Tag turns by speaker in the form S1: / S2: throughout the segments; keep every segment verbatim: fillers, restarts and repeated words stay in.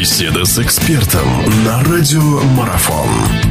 S1: Беседа с экспертом на радио Марафон.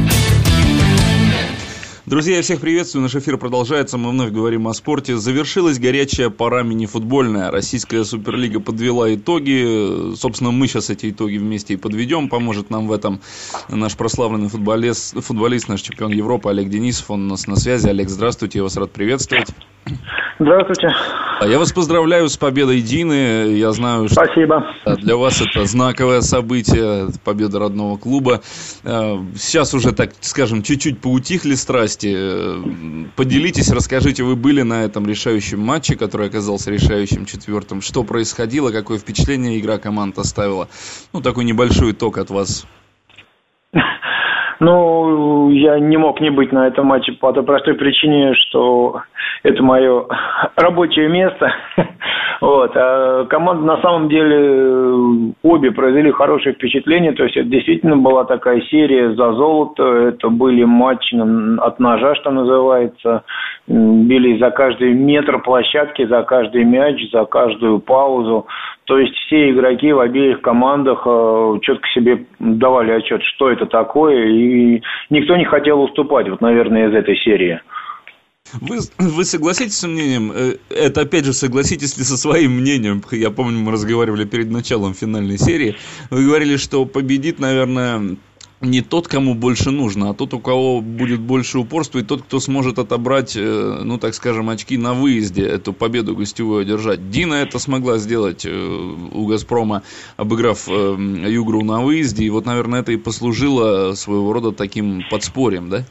S2: Друзья, я всех приветствую. Наш эфир продолжается. Мы вновь говорим о спорте. Завершилась горячая пора мини-футбольная. Российская суперлига подвела итоги. Собственно, мы сейчас эти итоги вместе и подведем. Поможет нам в этом наш прославленный футболист, футболист, наш чемпион Европы Олег Денисов. Он у нас на связи. Олег, здравствуйте. Я вас рад приветствовать.
S3: Здравствуйте.
S2: Я вас поздравляю с победой Дины. Я знаю, что
S3: Спасибо.
S2: Для вас это знаковое событие, победа родного клуба. Сейчас уже, так скажем, чуть-чуть поутихли страсти. Поделитесь, расскажите, вы были на этом решающем матче, который оказался решающим четвертым. Что происходило, какое впечатление игра команд оставила? Ну, такой небольшой итог от вас.
S3: Ну, я не мог не быть на этом матче по той простой причине, что это мое рабочее место. Вот. А команда на самом деле обе произвели хорошее впечатление. То есть это действительно была такая серия за золото. Это были матчи от ножа, что называется. Били за каждый метр площадки, за каждый мяч, за каждую паузу. То есть все игроки в обеих командах э, четко себе давали отчет, что это такое, и никто не хотел уступать, вот, наверное, из этой серии.
S2: Вы, вы согласитесь с мнением, это опять же согласитесь ли со своим мнением, я помню, мы разговаривали перед началом финальной серии, вы говорили, что победит, наверное, не тот, кому больше нужно, а тот, у кого будет больше упорства, и тот, кто сможет отобрать, ну, так скажем, очки на выезде, эту победу гостевую одержать. Дина это смогла сделать у «Газпрома», обыграв Югру на выезде, и вот, наверное, это и послужило своего рода таким подспорьем, да?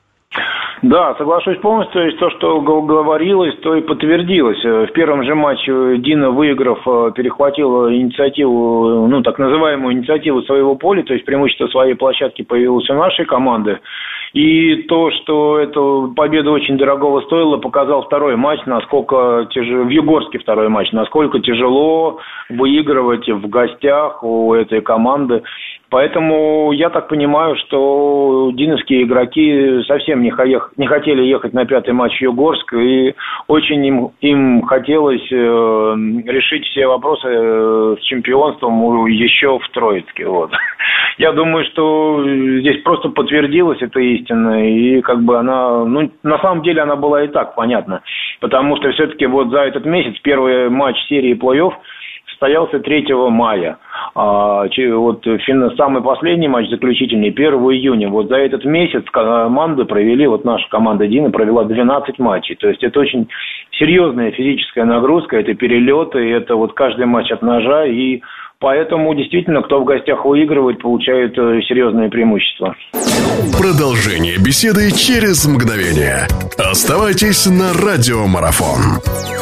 S3: Да, соглашусь полностью. То есть то, что говорилось, то и подтвердилось. В первом же матче Дина, выиграв, перехватила инициативу, ну, так называемую инициативу своего поля, то есть преимущество своей площадки появилось у нашей команды. И то, что эту победу очень дорогого стоило, показал второй матч, насколько тяжело, в Югорске второй матч, насколько тяжело выигрывать в гостях у этой команды. Поэтому я так понимаю, что диновские игроки совсем не, хоех, не хотели ехать на пятый матч в Югорск, и очень им, им хотелось э, решить все вопросы э, с чемпионством еще в Троицке. Вот. Я думаю, что здесь просто подтвердилась эта истина, и как бы она, ну, на самом деле она была и так понятна, потому что все-таки вот за этот месяц первый матч серии плей-офф состоялся третьего мая. А, вот фин, самый последний матч, заключительный, первого июня. Вот за этот месяц команды провели, вот наша команда Дина провела двенадцать матчей. То есть это очень серьезная физическая нагрузка, это перелеты, это вот каждый матч от ножа. И поэтому действительно, кто в гостях выигрывает, получает серьезное преимущество.
S1: Продолжение беседы через мгновение. Оставайтесь на радио Марафон.